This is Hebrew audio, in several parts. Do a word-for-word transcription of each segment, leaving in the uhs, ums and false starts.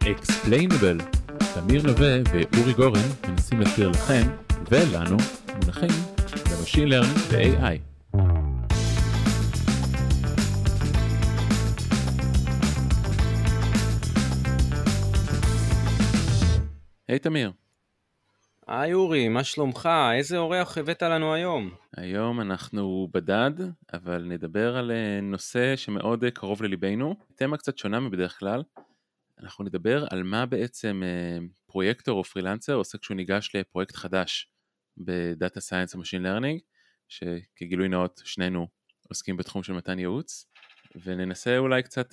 Explainable. תמיר נווה ואורי גורן מנסים להסביר לכם ולנו מונחים ב-Machine Learning ו-איי איי. היי תמיר. היי אורי, מה שלומך? איזה אורח הבאת לנו היום? היום אנחנו בדד, אבל נדבר על נושא שמאוד קרוב לליבנו. תמה קצת שונה מבדרך כלל. אנחנו נדבר על מה בעצם פרויקטור או פרילנסר עושה כשהוא ניגש לפרויקט חדש בדאטה סיינס ומשין לרנינג, שכגילוי נאות שנינו עוסקים בתחום של מתן ייעוץ, וננסה אולי קצת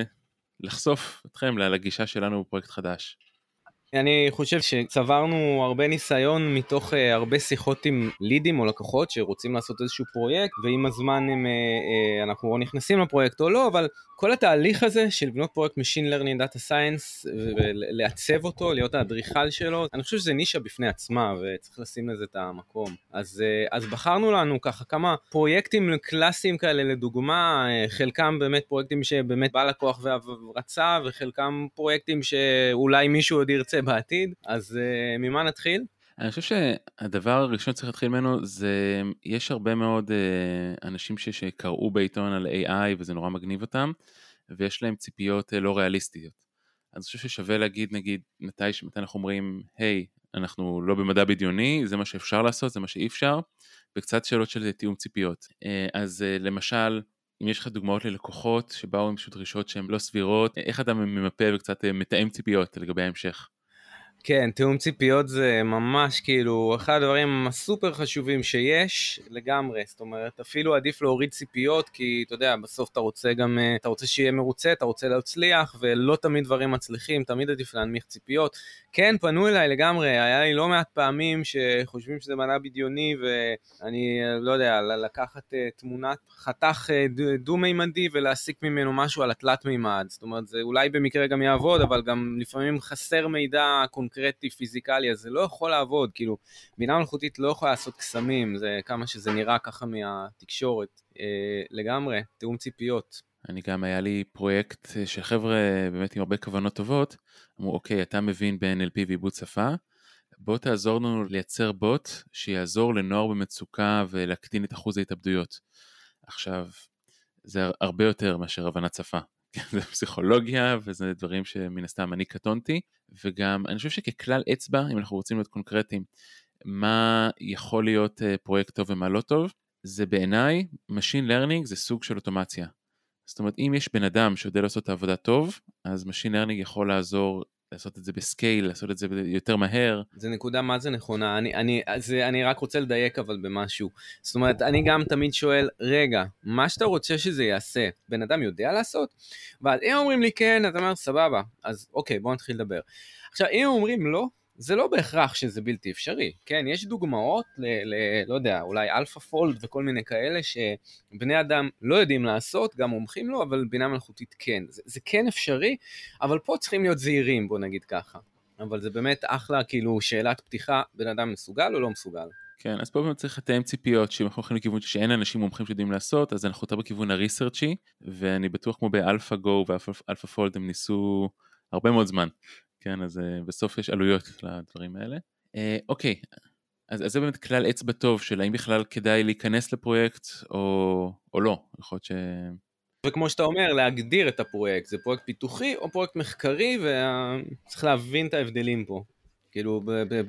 לחשוף אתכם לגישה שלנו בפרויקט חדש. אני חושב שצברנו הרבה ניסיון מתוך uh, הרבה שיחות עם לידים או לקוחות שרוצים לעשות איזשהו פרויקט, ועם הזמן הם, uh, uh, אנחנו או נכנסים לפרויקט או לא, אבל כל התהליך הזה של בנות פרויקט Machine Learning Data Science ולעצב אותו, להיות האדריכל שלו, אני חושב שזה נישה בפני עצמה וצריך לשים לזה את המקום. אז, uh, אז בחרנו לנו ככה כמה פרויקטים קלאסיים כאלה לדוגמה, uh, חלקם באמת פרויקטים שבאמת בא לקוח ורצה, וחלקם פרויקטים שאולי מישהו עוד ירצה בעתיד. אז uh, ממה נתחיל? אני חושב שהדבר הראשון שצריך להתחיל ממנו זה, יש הרבה מאוד uh, אנשים ש- שקראו בעיתון על איי איי וזה נורא מגניב אותם, ויש להם ציפיות uh, לא ריאליסטיות. אז אני חושב ששווה להגיד, נגיד, מתי, מתי אנחנו אומרים, היי, אנחנו לא במדע בדיוני, זה מה שאפשר לעשות, זה מה שאי אפשר, וקצת שאלות של תיאום ציפיות. Uh, אז uh, למשל, אם יש לך דוגמאות ללקוחות שבאו עם פשוט דרישות שהן לא סבירות, איך אתה ממפה וקצת uh, מתאם ציפיות לגבי ההמשך? כן, תיאום ציפיות זה ממש כאילו אחד הדברים הסופר חשובים שיש לגמרי, זאת אומרת אפילו עדיף להוריד ציפיות, כי אתה יודע בסוף אתה רוצה גם, אתה רוצה שיהיה מרוצה, אתה רוצה להצליח, ולא תמיד דברים מצליחים, תמיד עדיף להנמיך ציפיות. כן, פנו אליי לגמרי, היה לי לא מעט פעמים שחושבים שזה מדע בדיוני, ואני לא יודע, לקחת תמונת חתך דו-מימדי ולהסיק ממנו משהו על התלת מימד, זאת אומרת זה אולי במקרה גם יעבוד, אבל גם לפעמים חסר מידע קונקרטי, פיזיקלי, אז זה לא יכול לעבוד, כאילו, בינה מלאכותית לא יכולה לעשות קסמים, זה כמה שזה נראה ככה מהתקשורת, אה, לגמרי, תיאום ציפיות. אני גם, היה לי פרויקט של חבר'ה באמת עם הרבה כוונות טובות, אמרו, אוקיי, אתה מבין ב-אן אל פי ועיבוד שפה, בוא תעזור לנו לייצר בוט שיעזור לנוער במצוקה ולהקטין את אחוז ההתאבדויות. עכשיו, זה הרבה יותר מאשר הבנת שפה. זה פסיכולוגיה, וזה דברים שמן הסתם אני קטונתי, וגם אני חושב שככלל אצבע, אם אנחנו רוצים להיות קונקרטיים, מה יכול להיות פרויקט טוב ומה לא טוב, זה בעיניי, Machine Learning זה סוג של אוטומציה. זאת אומרת, אם יש בן אדם שיודע לעשות את העבודה טוב, אז Machine Learning יכול לעזור לעשות את זה בסקייל, לעשות את זה יותר מהר. זה נקודה מה זה נכונה, אני, אני, זה, אני רק רוצה לדייק אבל במשהו. זאת אומרת, אני גם תמיד שואל, רגע, מה שאתה רוצה שזה יעשה, בן אדם יודע לעשות? ואז אם אומרים לי כן, אתה אומר, סבבה, אז אוקיי, בואו נתחיל לדבר. עכשיו, אם אומרים לא, זה לא בהכרח שזה בלתי אפשרי, כן? יש דוגמאות ל, ל, לא יודע, אולי אלפא פולד וכל מיני כאלה שבני אדם לא יודעים לעשות, גם מומחים לו, אבל בינה מלאכותית כן. זה, זה כן אפשרי, אבל פה צריכים להיות זהירים, בוא נגיד ככה. אבל זה באמת אחלה, כאילו, שאלת פתיחה, בן אדם מסוגל או לא מסוגל? כן, אז פה באמת צריך לתאם ציפיות, שאם אנחנו הולכים לכיוון שאין אנשים מומחים שיודעים לעשות, אז אנחנו יותר בכיוון הריסרצ'י, ואני בטוח כמו באלפא גו ואלפא פולד הם ניסו הרבה מאוד זמן. כן, אז uh, בסוף יש עלויות לדברים האלה. Uh, אוקיי, אז, אז זה באמת כלל אצבע טוב של האם בכלל כדאי להיכנס לפרויקט או, או לא. יכול להיות ש... וכמו שאתה אומר, להגדיר את הפרויקט, זה פרויקט פיתוחי או פרויקט מחקרי, וצריך להבין את ההבדלים פה. כאילו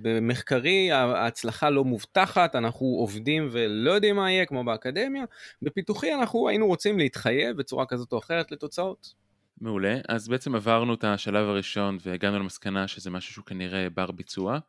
במחקרי ההצלחה לא מובטחת, אנחנו עובדים ולא יודעים מה יהיה כמו באקדמיה, בפיתוחי אנחנו היינו רוצים להתחייב בצורה כזאת או אחרת לתוצאות. מעולה, אז בעצם עברנו את השלב הראשון והגענו למסקנה שזה משהו שהוא כנראה בר ביצוע.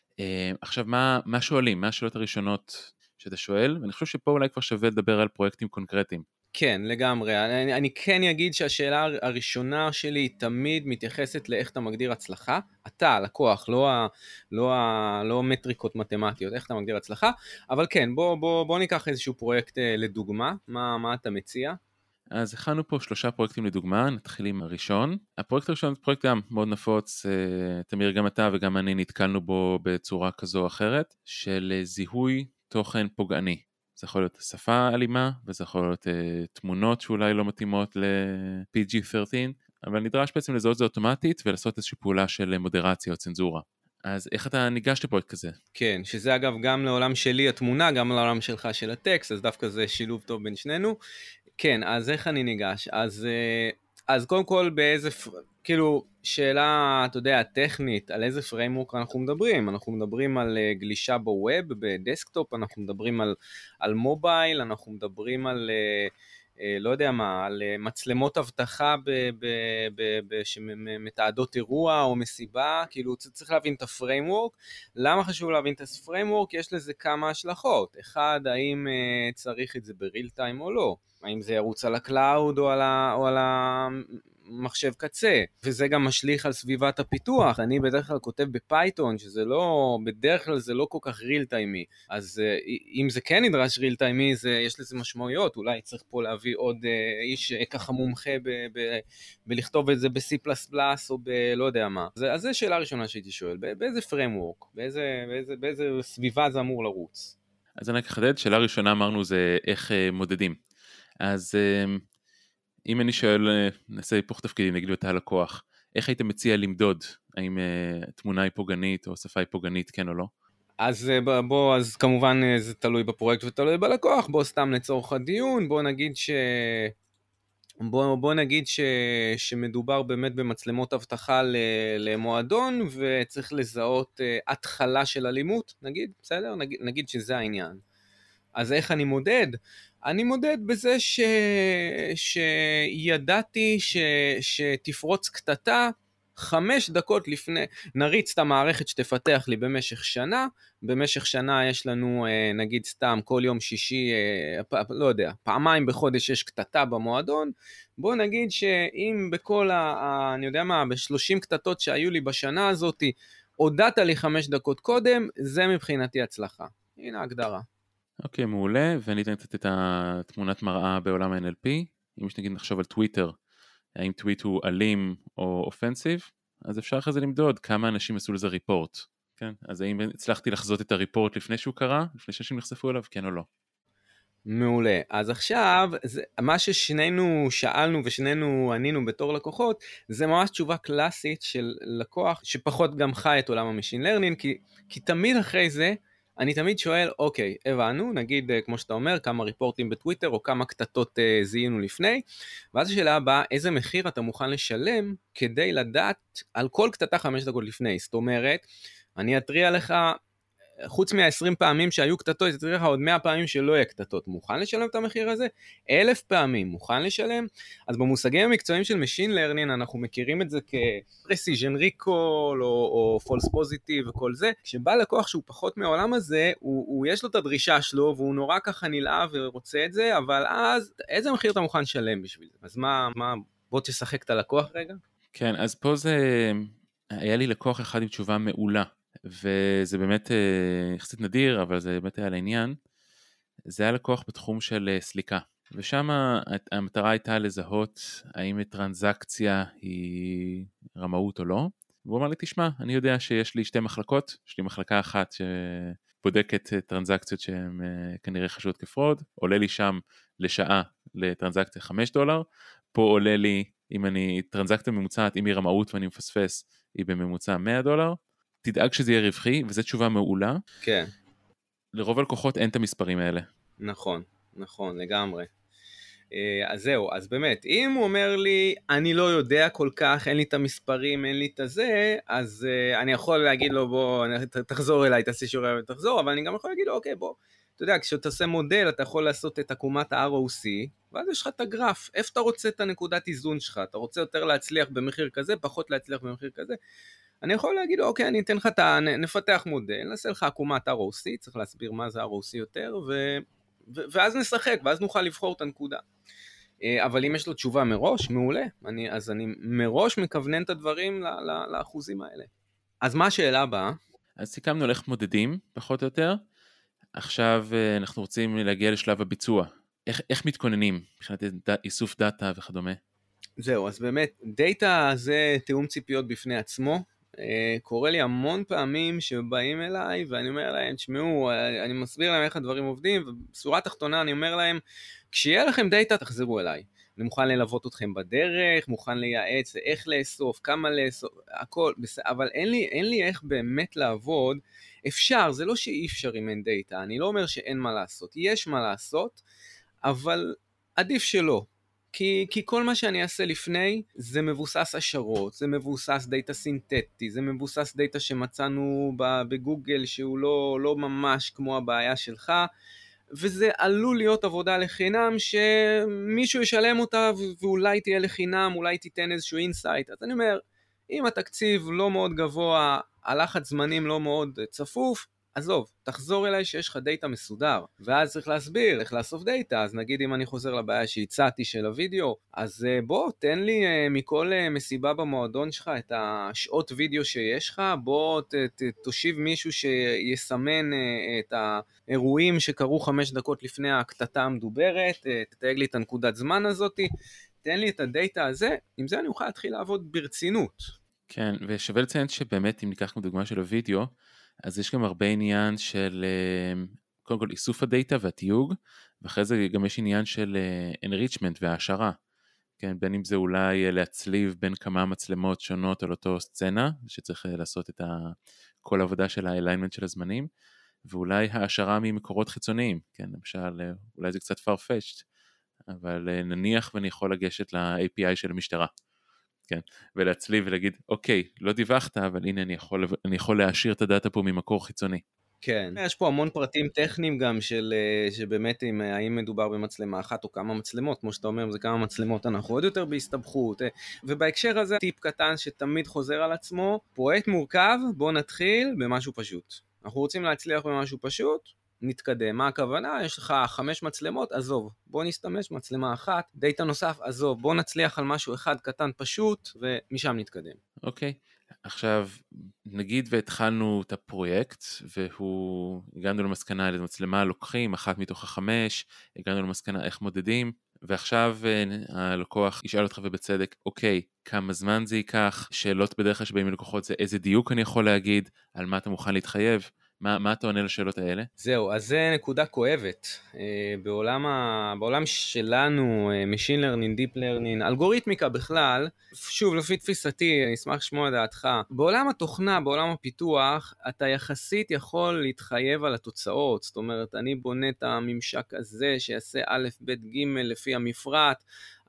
עכשיו מה, מה שואלים? מה השאלות הראשונות שאתה שואל? ואני חושב שפה אולי כבר שווה לדבר על פרויקטים קונקרטיים. כן, לגמרי. אני, אני כן אגיד שהשאלה הראשונה שלי היא תמיד מתייחסת לאיך אתה מגדיר הצלחה. אתה, לקוח, לא, ה, לא, ה, לא מטריקות מתמטיות, איך אתה מגדיר הצלחה. אבל כן, בוא, בוא, בוא ניקח איזשהו פרויקט לדוגמה. מה, מה אתה מציע? אז הכנו פה שלושה פרויקטים לדוגמה, נתחיל עם הראשון. הפרויקט הראשון זה פרויקט גם מאוד נפוץ, תמיר גם אתה וגם אני נתקלנו בו בצורה כזו או אחרת, של זיהוי תוכן פוגעני. זה יכול להיות שפה אלימה, וזה יכול להיות uh, תמונות שאולי לא מתאימות ל-פי ג'י שלוש עשרה, אבל נדרש בעצם לזהות זה אוטומטית ולעשות איזושהי פעולה של מודרציה או צנזורה. אז איך אתה ניגש לפרויקט כזה? כן, שזה אגב גם לעולם שלי התמונה, גם לעולם שלך של הטקסט, אז דווקא זה שילוב טוב בין שנינו. כן, אז איך אני ניגש? אז, אז קודם כל באיזה, כאילו, שאלה, אתה יודע, טכנית, על איזה פריימורק אנחנו מדברים? אנחנו מדברים על גלישה בווב, בדסקטופ, אנחנו מדברים על, על מובייל, אנחנו מדברים על... לא יודע מה, על מצלמות אבטחה שמתעדות אירוע או מסיבה, כאילו צריך להבין את הפריימוורק. למה חשוב להבין את הפריימוורק? יש לזה כמה השלכות. אחד, האם צריך את זה בריל טיים או לא? האם זה ירוץ על הקלאוד או על, ה, או על המחשב קצה, וזה גם משליך על סביבת הפיתוח. אני בדרך כלל כותב בפייתון, שזה לא, בדרך כלל זה לא כל כך ריל טיימי, אז אם זה כן נדרש ריל טיימי, זה, יש לזה משמעויות, אולי צריך פה להביא עוד איש ככה מומחה ב, ב, בלכתוב את זה ב-C פלוס פלוס או בלא יודע מה. אז, אז זו שאלה ראשונה שהייתי שואל, באיזה פריימוורק, באיזה, באיזה, באיזה סביבה זה אמור לרוץ? אז אני אחדד, שאלה ראשונה אמרנו זה איך מודדים. אז אם אני שואל, נעשה היפוך תפקידים, נגיד אתה הלקוח, איך היית מציע למדוד, האם תמונה היא פוגענית או שפה היא פוגענית, כן או לא? אז בוא, אז כמובן זה תלוי בפרויקט ותלוי בלקוח, בוא סתם לצורך הדיון, בוא נגיד ש... בוא, בוא נגיד ש... שמדובר באמת במצלמות אבטחה למועדון, וצריך לזהות התחלה של אלימות, נגיד, בסדר? נגיד, נגיד שזה העניין. אז איך אני מודד? אני מודד בזה ש... שידעתי ש... שתפרוץ קטטה חמש דקות לפני, נריץ את המערכת שתפתח לי במשך שנה, במשך שנה יש לנו נגיד סתם כל יום שישי, לא יודע, פעמיים בחודש יש קטטה במועדון, בוא נגיד שאם בכל ה... אני יודע מה, ב-שלושים קטטות שהיו לי בשנה הזאת, הודעת לי חמש דקות קודם, זה מבחינתי הצלחה. הנה ההגדרה. אוקיי, מעולה, ואני אתן קצת את התמונת מראה בעולם ה-אן אל פי, אם יש נגיד נחשוב על טוויטר, האם טוויט הוא אלים או אופנסיב, אז אפשר אחרי זה למדוד כמה אנשים עשו לזה ריפורט, כן? אז האם הצלחתי לחזות את הריפורט לפני שהוא קרה, לפני שאנשים נחשפו אליו, כן או לא? מעולה, אז עכשיו, זה, מה ששנינו שאלנו ושנינו ענינו בתור לקוחות, זה ממש תשובה קלאסית של לקוח, שפחות גם חי את עולם המשין לרנינג, כי, כי תמיד אחרי זה, אני תמיד שואל, אוקיי, הבנו, נגיד, כמו שאתה אומר, כמה ריפורטים בטוויטר, או כמה קטטות uh, זיהינו לפני, ואז השאלה הבאה, איזה מחיר אתה מוכן לשלם, כדי לדעת על כל קטטה חמש דקות לפני, זאת אומרת, אני אטריע לך, חוץ מה-עשרים פעמים שהיו קטטות, אטריע לך עוד מאה פעמים שלא יהיה קטטות, מוכן לשלם את המחיר הזה? אלף פעמים, מוכן לשלם? אז במושגים המקצועיים של Machine Learning, אנחנו מכירים את זה כ-Precision Recall, או, או False Positive וכל זה, כשבא לקוח שהוא פחות מהעולם הזה, הוא, הוא יש לו את הדרישה שלו, והוא נורא ככה נלהב ורוצה את זה, אבל אז, איזה מחיר אתה מוכן לשלם בשביל זה? אז מה, מה, בוא תשחק את הלקוח רגע? כן, אז פה זה, היה לי לקוח אחד עם תשובה מעולה, וזה באמת יחסית נדיר, אבל זה באמת היה לעניין. זה היה לקוח בתחום של סליקה, ושם המטרה הייתה לזהות האם טרנזקציה היא רמאות או לא. והוא אמר לי, תשמע, אני יודע שיש לי שתי מחלקות, יש לי מחלקה אחת שבודקת טרנזקציות שהן כנראה חשוד כפרוד, עולה לי שם לשעה לטרנזקציה חמש דולר, פה עולה לי, אם אני טרנזקציה ממוצעת, אם היא רמאות ואני מפספס, היא בממוצע מאה דולר, תדאג שזה יהיה רווחי, וזו תשובה מעולה. כן. לרוב הלקוחות אין את המספרים האלה. נכון, נכון, לגמרי. אז זהו, אז באמת, אם הוא אומר לי, אני לא יודע כל כך, אין לי את המספרים, אין לי את הזה, אז אני יכול להגיד לו, בוא, תחזור אליי, תעשי שיעורי ותחזור, אבל אני גם יכול להגיד לו, אוקיי, בוא, אתה יודע, כשאתה עושה מודל, אתה יכול לעשות את עקומת ה-אר או סי, ואז יש לך את הגרף, איפה אתה רוצה את הנקודת איזון שלך, אתה רוצה יותר להצליח במחיר כזה, פחות להצליח במחיר כזה, אני יכול להגיד, אוקיי, אני אתן לך את ה... נפתח מודל, נעשה לך עקומת אר או סי, צריך להסביר מה זה אר או סי יותר, ו... ו... ואז נשחק, ואז נוכל לבחור את הנקודה. אבל אם יש לו תשובה מראש, מעולה, אני... אז אני מראש מכוונן את הדברים ל... ל... לאחוזים האלה. אז מה השאלה הבאה? אז סיכמנו על איך מודדים, פחות או יותר. עכשיו אנחנו רוצים להגיע לשלב הביצוע. איך, איך מתכוננים מבחינת איסוף דאטה וכדומה? זהו, אז באמת, דאטה זה תיאום ציפיות בפני עצמו. קורה לי המון פעמים שבאים אליי, ואני אומר להם, תשמעו, אני מסביר להם איך הדברים עובדים, ובסורה התחתונה אני אומר להם, כשיהיה לכם דאטה, תחזרו אליי. אני מוכן ללוות אתכם בדרך, מוכן לייעץ איך לאסוף, כמה לאסוף, הכל, אבל אין לי, אין לי איך באמת לעבוד. אפשר, זה לא שאי אפשר אם אין דאטה, אני לא אומר שאין מה לעשות, יש מה לעשות, אבל עדיף שלא. כי, כי כל מה שאני אעשה לפני זה מבוסס השערות, זה מבוסס דאטה סינתטי, זה מבוסס דאטה שמצאנו בגוגל שהוא לא, לא ממש כמו הבעיה שלך, וזה עלול להיות עבודה לחינם שמישהו ישלם אותה ואולי תהיה לחינם, אולי תיתן איזשהו אינסייט. אז אני אומר, אם התקציב לא מאוד גבוה, הלחץ זמנים לא מאוד צפוף, עזוב, תחזור אליי שיש לך דאטה מסודר, ואז צריך להסביר איך לאסוף דאטה. אז נגיד אם אני חוזר לבעיה שהצעתי של הוידאו, אז בוא תן לי מכל מסיבה במועדון שלך את השעות וידאו שיש לך, בוא ת, ת, תושיב מישהו שיסמן את האירועים שקרו חמש דקות לפני הקטטה המדוברת, תתייג לי את הנקודת זמן הזאת, תן לי את הדאטה הזה, עם זה אני אוכל להתחיל לעבוד ברצינות. כן, ושווה לציין שבאמת אם ניקח דוגמה של הוידאו, אז יש גם הרבה עניין של, קודם כל, איסוף הדאטה והתיוג, ואחרי זה גם יש עניין של enrichment והעשרה, כן, בין אם זה אולי להצליב בין כמה מצלמות שונות על אותו סצנה, שצריך לעשות את כל העבודה של ה-alignment של הזמנים, ואולי העשרה ממקורות חיצוניים, כן, למשל, אולי זה קצת farfetched, אבל נניח ואני יכול לגשת ל-איי פי איי של המשטרה, כן, ולהצליב ולהגיד, אוקיי, לא דיווחת, אבל הנה אני יכול, אני יכול להשאיר את הדאטה פה ממקור חיצוני. כן, יש פה המון פרטים טכניים גם של, שבאמת אם, האם מדובר במצלמה אחת או כמה מצלמות, כמו שאתה אומר, זה כמה מצלמות, אנחנו עוד יותר בהסתבכות, ובהקשר הזה טיפ קטן שתמיד חוזר על עצמו, פרויקט מורכב, בוא נתחיל במשהו פשוט. אנחנו רוצים להצליח במשהו פשוט, נתקדם. מה הכוונה? יש לך חמש מצלמות, עזוב, בוא נסתמש מצלמה אחת, דאטה נוסף, עזוב, בוא נצליח על משהו אחד קטן פשוט, ומשם נתקדם. אוקיי, עכשיו נגיד והתחלנו את הפרויקט, והוא, הגענו למסקנה על מצלמה לוקחים, אחת מתוך החמש, הגענו למסקנה איך מודדים, ועכשיו הלקוח ישאל אותך ובצדק, אוקיי, כמה זמן זה ייקח, שאלות בדרך כלל שבאים מלקוחות זה איזה דיוק אני יכול להגיד, על מה אתה מוכן להתחייב, מה, מה אתה עונה לשאלות האלה? זהו, אז זה נקודה כואבת. בעולם, ה... בעולם שלנו, Machine Learning, Deep Learning, אלגוריתמיקה בכלל, שוב, לפי תפיסתי, אני אשמח לשמוע את דעתך, בעולם התוכנה, בעולם הפיתוח, אתה יחסית יכול להתחייב על התוצאות, זאת אומרת, אני בונה את הממשק הזה, שיעשה א', ב', ג' לפי המפרט,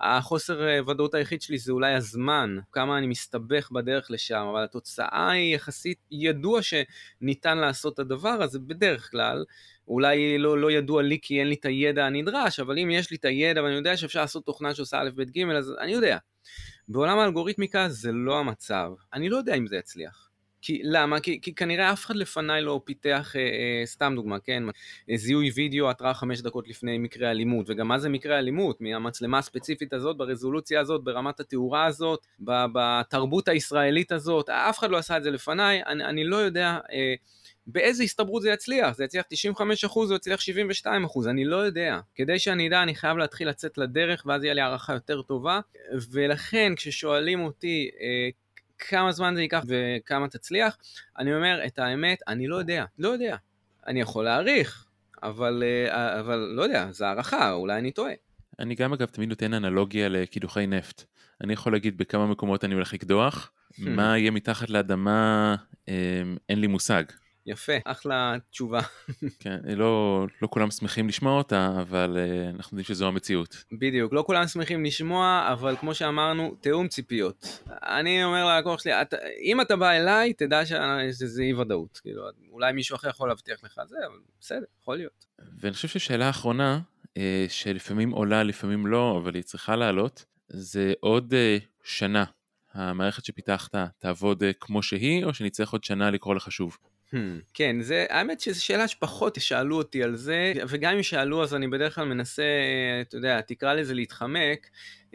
החוסר ודאות היחיד שלי זה אולי הזמן, כמה אני מסתבך בדרך לשם, אבל התוצאה היא יחסית ידוע שניתן לעשות את הדבר הזה בדרך כלל, אולי לא, לא ידוע לי כי אין לי את הידע הנדרש, אבל אם יש לי את הידע ואני יודע שאפשר לעשות תוכנה שעושה א' ב' ג' אז אני יודע. בעולם האלגוריתמיקה זה לא המצב, אני לא יודע אם זה יצליח. כי, למה? כי, כי כנראה אף אחד לפניי לא פיתח, אה, אה, סתם דוגמה, כן? זיהוי וידאו התראה חמש דקות לפני מקרה אלימות, וגם מה זה מקרה אלימות? מהמצלמה הספציפית הזאת, ברזולוציה הזאת, ברמת התאורה הזאת, בתרבות הישראלית הזאת, אף אחד לא עשה את זה לפניי, אני, אני לא יודע אה, באיזה הסתברות זה יצליח, זה יצליח תשעים וחמישה אחוז, זה יצליח שבעים ושתיים אחוז, אני לא יודע. כדי שאני אדע, אני חייב להתחיל לצאת לדרך, ואז יהיה לי הערכה יותר טובה, ולכן כששואלים אותי, אה, כמה זמן זה ייקח וכמה תצליח, אני אומר את האמת, אני לא יודע, לא יודע. אני יכול להעריך, אבל, אבל לא יודע, זה הערכה, אולי אני טועה. אני גם אגב תמיד נותן אנלוגיה לקידוחי נפט. אני יכול להגיד בכמה מקומות אני הולך לקדוח, מה יהיה מתחת לאדמה, אין לי מושג. יפה, אחלה תשובה. כן, לא, לא כולם שמחים לשמוע אותה, אבל אנחנו יודעים שזו המציאות. בדיוק, לא כולם שמחים לשמוע, אבל כמו שאמרנו, תאום ציפיות. אני אומר ללקוח שלי, אתה, אם אתה בא אליי, תדע שזה אי ודאות. כאילו, אולי מישהו אחר יכול להבטיח לך זה, אבל בסדר, יכול להיות. ואני חושב ששאלה האחרונה, שלפעמים עולה, לפעמים לא, אבל היא צריכה לעלות, זה עוד שנה. המערכת שפיתחת תעבוד כמו שהיא, או שנצטרך עוד שנה לקרוא לך שוב? כן, זה, האמת שזו שאלה שפחות שאלו אותי על זה, וגם אם שאלו אז אני בדרך כלל מנסה, אתה יודע, תקרא לזה להתחמק,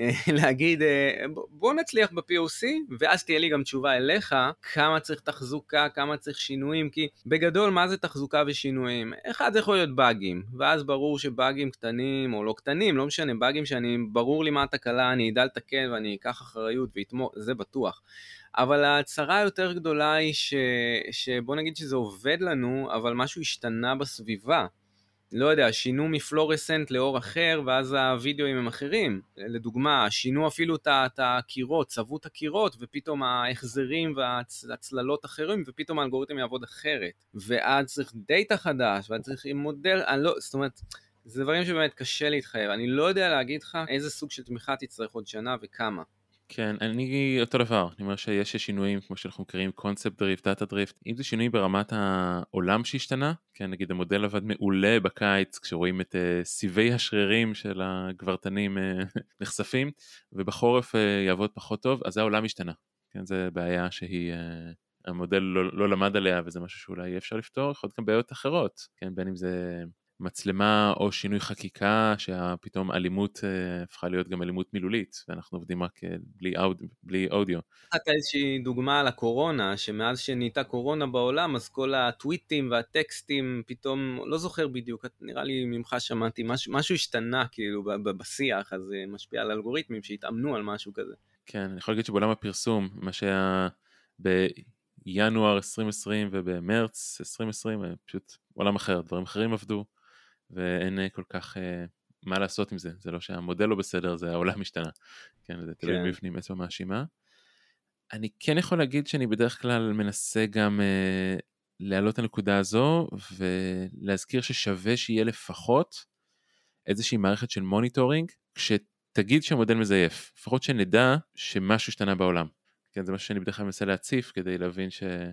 להגיד, בוא נצליח ב-פי או סי, ואז תהיה לי גם תשובה אליך, כמה צריך תחזוקה, כמה צריך שינויים, כי בגדול מה זה תחזוקה ושינויים? אחד זה יכול להיות באגים, ואז ברור שבאגים קטנים או לא קטנים, לא משנה, באגים שאני, ברור לי מה התקלה, אני אדע לתקן ואני אקח אחריות ויתמוך, זה בטוח. אבל הצרה היותר גדולה היא ש... שבוא נגיד שזה עובד לנו, אבל משהו השתנה בסביבה. לא יודע, שינו מפלורסנט לאור אחר, ואז הווידאוים הם אחרים. לדוגמה, שינו אפילו את הקירות, צבעו את הקירות, ופתאום ההחזרים והצללות אחרים, ופתאום האלגוריתם יעבוד אחרת. ואז צריך דאטה חדש, ואז צריך עם מודל, אני לא, זאת אומרת, זה דברים שבאמת קשה להתחייב. אני לא יודע להגיד לך איזה סוג של תמיכה תצטרך עוד שנה וכמה. כן, אני אותו דבר, אני אומר שיש שינויים כמו שאנחנו מכירים, קונספט דריפט, דאטה דריפט, אם זה שינוי ברמת העולם שהשתנה, כן, נגיד המודל עבד מעולה בקיץ, כשרואים את uh, סיבי השרירים של הגברתנים uh, נחשפים, ובחורף uh, יעבוד פחות טוב, אז העולם השתנה, כן, זה בעיה שהיא, uh, המודל לא, לא למד עליה, וזה משהו שאולי יהיה אפשר לפתור, יכול להיות גם בעיות אחרות, כן, בין אם זה מצלמה או שינוי חקיקה שפתאום אלימות הפכה להיות גם אלימות מילולית ואנחנו עובדים רק בלי, אוד, בלי אודיו. אתה איזושהי דוגמה על הקורונה, שמאז שנהייתה קורונה בעולם אז כל הטוויטים והטקסטים פתאום, לא זוכר בדיוק, נראה לי ממך שמעתי, משהו, משהו השתנה כאילו בשיח, אז זה משפיע על אלגוריתמים שהתאמנו על משהו כזה. כן, אני יכול להגיד שבעולם הפרסום, מה שהיה בינואר עשרים עשרים ובמרץ עשרים עשרים, פשוט עולם אחר, דברים אחרים עבדו, ואין כל כך מה לעשות עם זה, זה לא שהמודל לא בסדר, זה העולם משתנה, כן, זה תלוי כן. בפנים אצבע מאשימה. אני כן יכול להגיד שאני בדרך כלל מנסה גם uh, להעלות את הנקודה הזו, ולהזכיר ששווה שיהיה לפחות איזושהי מערכת של מוניטורינג, כשתגיד שהמודל מזייף, לפחות שנדע שמשהו השתנה בעולם. כן, זה משהו שאני בדרך כלל מנסה להציף, כדי להבין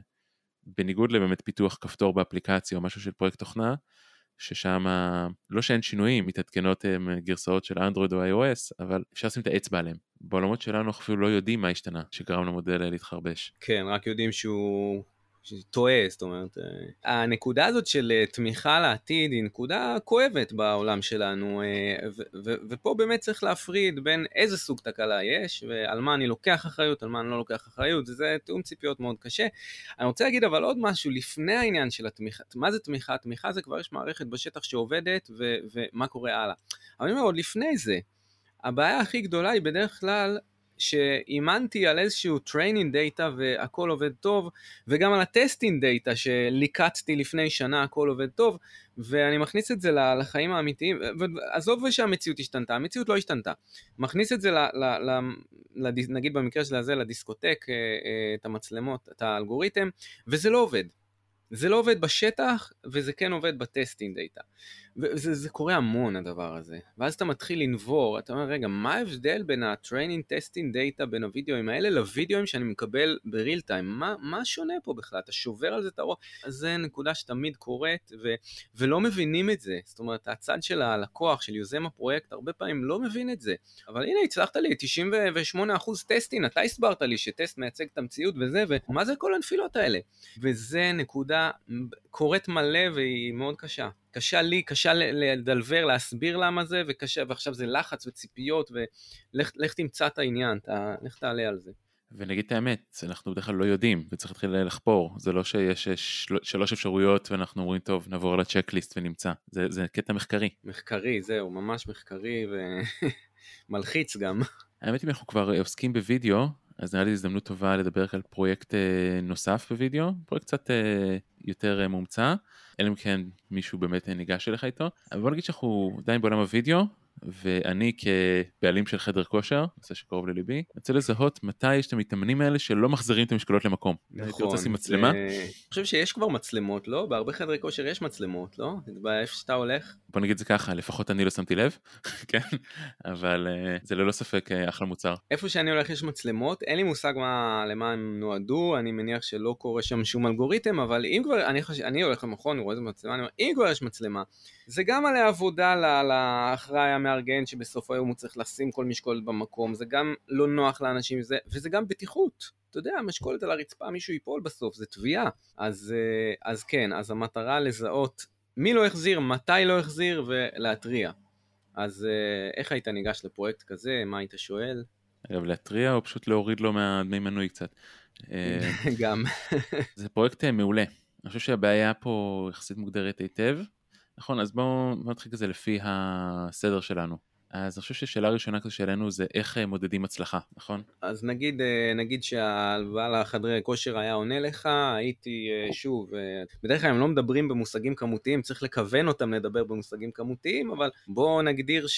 שבניגוד לבאמת פיתוח כפתור באפליקציה, או משהו של פרויקט תוכנה, ששם לא שאין שינויים, מתעדכנות גרסאות של אנדרואיד או iOS, אבל אפשר לשים את האצבע עליהם. בעולמות שלנו אפילו לא יודעים מה השתנה, שגרם למודל להתחרבש. כן, רק יודעים שהוא טועה, זאת אומרת. הנקודה הזאת של תמיכה לעתיד היא נקודה כואבת בעולם שלנו, ו- ו- ופה באמת צריך להפריד בין איזה סוג תקלה יש, ועל מה אני לוקח אחריות, על מה אני לא לוקח אחריות, זה תאום ציפיות מאוד קשה. אני רוצה להגיד אבל עוד משהו, לפני העניין של התמיכה, מה זה תמיכה? תמיכה זה כבר יש מערכת בשטח שעובדת, ו- ומה קורה הלאה. אבל אני אומר, עוד לפני זה, הבעיה הכי גדולה היא בדרך כלל, שאימנתי על איזשהו training data והכל עובד טוב, וגם על ה-testing data שליקצתי לפני שנה הכל עובד טוב, ואני מכניס את זה לחיים האמיתיים, ועזוב שהמציאות השתנתה, המציאות לא השתנתה, מכניס את זה, ל, ל, ל, ל, נגיד במקרה של הזה, לדיסקוטק, את המצלמות, את האלגוריתם, וזה לא עובד. זה לא עובד בשטח, וזה כן עובד בטסטינג דאטה. וזה זה קורה המון הדבר הזה. ואז אתה מתחיל לנבור, אתה אומר, רגע, מה ההבדל בין הטריינינג טסטינג דאטה, בין הוידאוים האלה, לוידאוים שאני מקבל בריל טיים? מה, מה שונה פה בכלל? אתה שובר על זה את הראש? אז זה נקודה שתמיד קורית, ו, ולא מבינים את זה. זאת אומרת, הצד של הלקוח, של יוזם הפרויקט, הרבה פעמים לא מבין את זה. אבל הנה, הצלחת לי, תשעים ושמונה אחוז טסטין, אתה הסברת לי שטסט מייצג את המציאות וזה, ומה זה כל הנפילות האלה? וזה נקודה קורית מלא והיא מאוד קשה. קשה לי, קשה לדלבר, להסביר למה זה, וקשה, ועכשיו זה לחץ וציפיות, ולך תמצא את העניין, לך תעלה על זה. ונגיד את האמת, אנחנו בדרך כלל לא יודעים, וצריך להתחיל לחפור, זה לא שיש שלוש אפשרויות, ואנחנו אומרים, טוב, נעבור על הצ'קליסט ונמצא, זה, זה קטע מחקרי. מחקרי, זהו, ממש מחקרי, ומלחיץ גם. האמת אם אנחנו כבר עוסקים בווידאו, אז נראה לי הזדמנות טובה לדבר על פרויקט נוסף בווידאו, פרויקט קצת יותר מומצא, אלא אם כן מישהו באמת ניגש אליך איתו, אבל בוא נגיד שאנחנו עדיין בעולם הווידאו, ואני כבעלים של חדר כושר, נושא שקרוב לליבי, רוצה לזהות מתי יש את המתאמנים האלה שלא מחזירים את המשקולות למקום. נכון. הייתי רוצה לשים מצלמה. אני חושב שיש כבר מצלמות, לא? בהרבה חדרי כושר יש מצלמות, לא? באיפה שאתה הולך. בוא נגיד זה ככה, לפחות אני לא שמתי לב, כן? אבל זה ללא ספק אחלה מוצר. איפה שאני הולך יש מצלמות, אין לי מושג מה, למה הם נועדו, אני מניח שלא קורה שם שום אלגוריתם, אבל אם כבר, אני, חושב, אני הולך למכון, אני רואה איזה מצלמה, אני אומר, אם כבר יש מצלמה, זה גם על העבודה לאחראי המארגן שבסוף היום הוא צריך לשים כל משקולת במקום, זה גם לא נוח לאנשים, זה, וזה גם בטיחות. אתה יודע, משקולת על הרצפה, מישהו ייפול בסוף, זה תביעה. אז, אז כן, אז המטרה לזהות מי לא החזיר, מתי לא החזיר ולהטריע. אז איך היית ניגש לפרויקט כזה? מה היית שואל? אגב, להטריע או פשוט להוריד לו מהדמי מנוי קצת? גם. זה פרויקט מעולה. אני חושב שהבעיה פה יחסית מוגדרת היטב. נכון, אז בואו נתחיל כזה לפי הסדר שלנו. אז אני חושב ששאלה ראשונה כזו שלנו זה איך מודדים הצלחה, נכון? אז נגיד, נגיד שהבעל החדרי כושר היה עונה לך, הייתי שוב, בדרך כלל הם לא מדברים במושגים כמותיים, צריך לכוון אותם לדבר במושגים כמותיים, אבל בואו נגדיר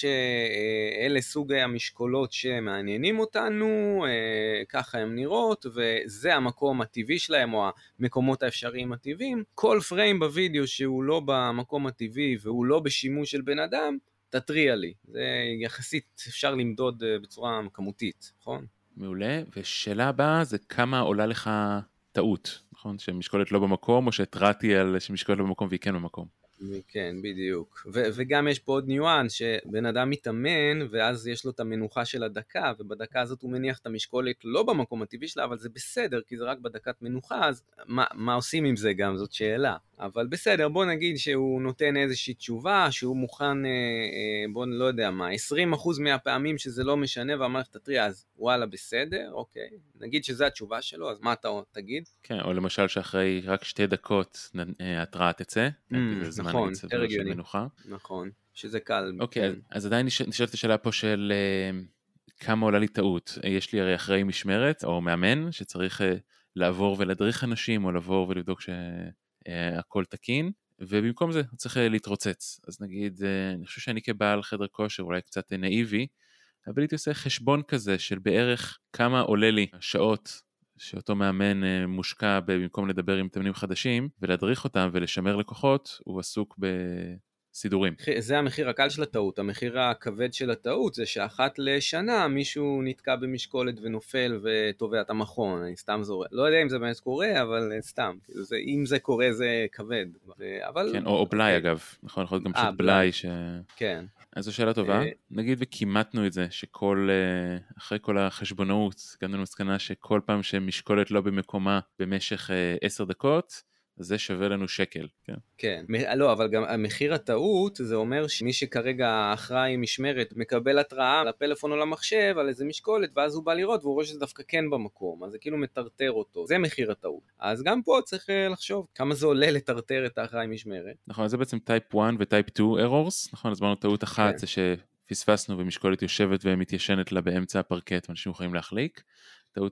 שאלה סוג המשקולות שמעניינים אותנו, ככה הם נראות, וזה המקום הטבעי שלהם, או המקומות האפשריים הטבעיים. כל פריים בווידאו שהוא לא במקום הטבעי, והוא לא בשימוש של בן אדם, תטריע לי. זה יחסית אפשר למדוד בצורה כמותית, נכון? מעולה, ושאלה הבאה זה כמה עולה לך טעות, נכון? שמשקולת לא במקום, או שהתרעתי על שמשקולת לא במקום והיא כן במקום. כן, בדיוק. ו- וגם יש פה עוד ניואנס, שבן אדם מתאמן, ואז יש לו את המנוחה של הדקה, ובדקה הזאת הוא מניח את המשקולת לא במקום הטבעי שלה, אבל זה בסדר, כי זה רק בדקת מנוחה, אז מה, מה עושים עם זה גם? זאת שאלה. אבל בסדר, בוא נגיד שהוא נותן איזושהי תשובה, שהוא מוכן, אה, אה, בוא לא יודע מה, עשרים אחוז מהפעמים שזה לא משנה, והמערכת תטריע, אז וואלה, בסדר, אוקיי. נגיד שזו התשובה שלו, אז מה אתה תגיד? כן, או למשל שאחרי רק שתי דקות התראה תצא, Mm, זה זמן נכון, נגיד סביר של מנוחה. נכון, שזה קל. אוקיי, כן. אז, אז עדיין נשאלת השאלה פה של uh, כמה עולה לי טעות. יש לי הרי אחרי משמרת או מאמן שצריך uh, לעבור ולהדריך אנשים או לעבור ולבדוק שהכל uh, תקין, ובמקום זה צריך uh, להתרוצץ. אז נגיד, uh, אני חושב שאני כבעל חדר כושר אולי קצת נאיבי, אבל הייתי עושה חשבון כזה של בערך כמה עולה לי שעות שאותו מאמן uh, מושקע במקום לדבר עם מתאמנים חדשים ולהדריך אותם ולשמר לקוחות, הוא עסוק ב... סידורים. זה המחיר הקל של הטעות. המחיר הכבד של הטעות זה שאחת לשנה מישהו נתקע במשקולת ונופל וטובע את המכון. אני סתם זורק. לא יודע אם זה באמת קורה, אבל סתם. זה, אם זה קורה זה כבד. אבל... כן, או, או בלי אגב. נכון, יכול להיות גם פשוט בלי ש... כן. אז זו שאלה טובה. נגיד וכימתנו את זה, שכל, אחרי כל החשבונאות, הגענו למסקנה שכל פעם שמשקולת לא במקומה במשך עשר דקות, זה שווה לנו שקל, כן? כן. לא, אבל גם המחיר הטעות, זה אומר שמי שכרגע אחראי משמרת, מקבל התראה לפלאפון או למחשב על איזה משקולת, ואז הוא בא לראות, והוא רואה שזה דווקא כן במקום, אז זה כאילו מטרטר אותו. זה מחיר הטעות. אז גם פה צריך לחשוב כמה זה עולה לטרטר את האחראי משמרת. נכון, אז זה בעצם טייפ אחת וטייפ שתיים errors, נכון? אז אמרנו טעות אחת, זה שפספסנו ומשקולת יושבת ומתיישנת לה באמצע הפרקט, ואנשים יכולים להחליק. טעות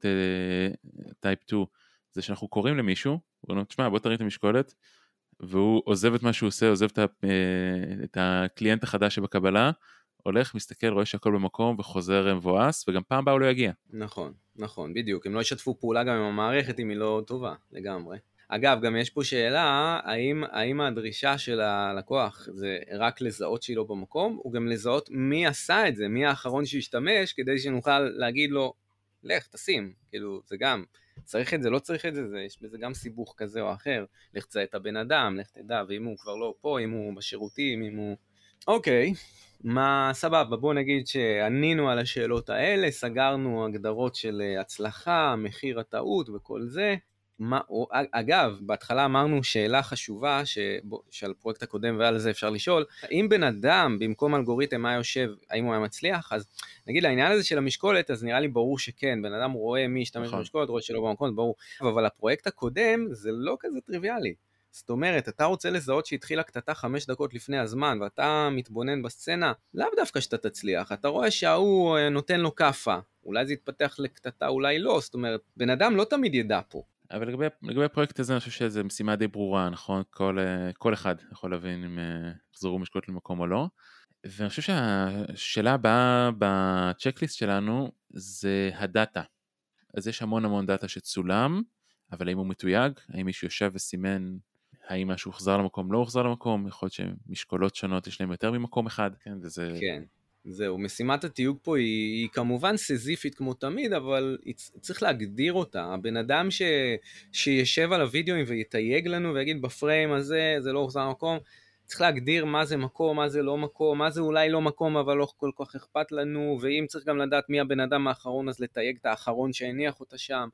טייפ שתיים, זה שאנחנו קוראים למישהו, הוא אומר, תשמע, בוא תראי את המשקולת, והוא עוזב את מה שהוא עושה, עוזב את, את הקליינט החדש שבקבלה, הולך, מסתכל, רואה שהכל במקום, וחוזר מבואס, וגם פעם הבאה הוא לא יגיע. נכון, נכון, בדיוק. הם לא ישתפו פעולה גם עם המערכת, אם היא לא טובה, לגמרי. אגב, גם יש פה שאלה, האם, האם הדרישה של הלקוח זה רק לזהות שהיא לא במקום, או גם לזהות מי עשה את זה, מי האחרון שהשתמש, כדי שנוכל להגיד לו, לך, תשים, כאילו, זה גם... צריך את זה, לא צריך את זה, זה, יש בזה גם סיבוך כזה או אחר, לך תזהה את הבן אדם, לך תדע, ואם הוא כבר לא פה, אם הוא בשירותים, אם הוא... אוקיי, מה סבבה, בוא נגיד שענינו על השאלות האלה, סגרנו הגדרות של הצלחה, מחיר הטעות וכל זה, מה, או, אגב, בהתחלה אמרנו שאלה חשובה שבו, שעל פרויקט הקודם ועל זה אפשר לשאול, אם בן אדם במקום אלגוריתם היה יושב, האם הוא היה מצליח, אז נגיד לעניין הזה של המשקולת, אז נראה לי ברור שכן, בן אדם רואה מי ישתמש נכון. במשקולת, רואה שלא במקום, ברור, אבל הפרויקט הקודם זה לא כזה טריוויאלי, זאת אומרת, אתה רוצה לזהות שהתחילה קטטה חמש דקות לפני הזמן, ואתה מתבונן בסצנה, לאו דווקא שאתה תצליח, אתה רואה שההוא נותן לו קפה, אולי זה יתפתח לקטטה, אולי לא, זאת אומרת, בן אדם לא תמיד ידע פה. אבל לגבי, לגבי הפרויקט הזה, אני חושב שזו משימה די ברורה, נכון? כל, כל אחד יכול להבין אם יחזרו משקולות למקום או לא. ואני חושב שהשאלה הבאה בצ'קליסט שלנו זה הדאטה. אז יש המון המון דאטה שצולם, אבל האם הוא מתויג? האם מישהו יושב וסימן? האם משהו הוחזר למקום, לא הוחזר למקום? יכול להיות שמשקולות שונות יש להם יותר ממקום אחד, כן? וזה... כן. זהו, משימת התיוג פה היא, היא כמובן סזיפית כמו תמיד, אבל צריך להגדיר אותה. הבן אדם ש, שישב על הוידאוים ויתייג לנו ויגיד בפריים הזה, זה לא הוחזר מקום, צריך להגדיר מה זה מקום, מה זה לא מקום, מה זה אולי לא מקום, אבל לא כל כך אכפת לנו, ואם צריך גם לדעת מי הבן אדם האחרון, אז לתייג את האחרון שהניח אותה שם.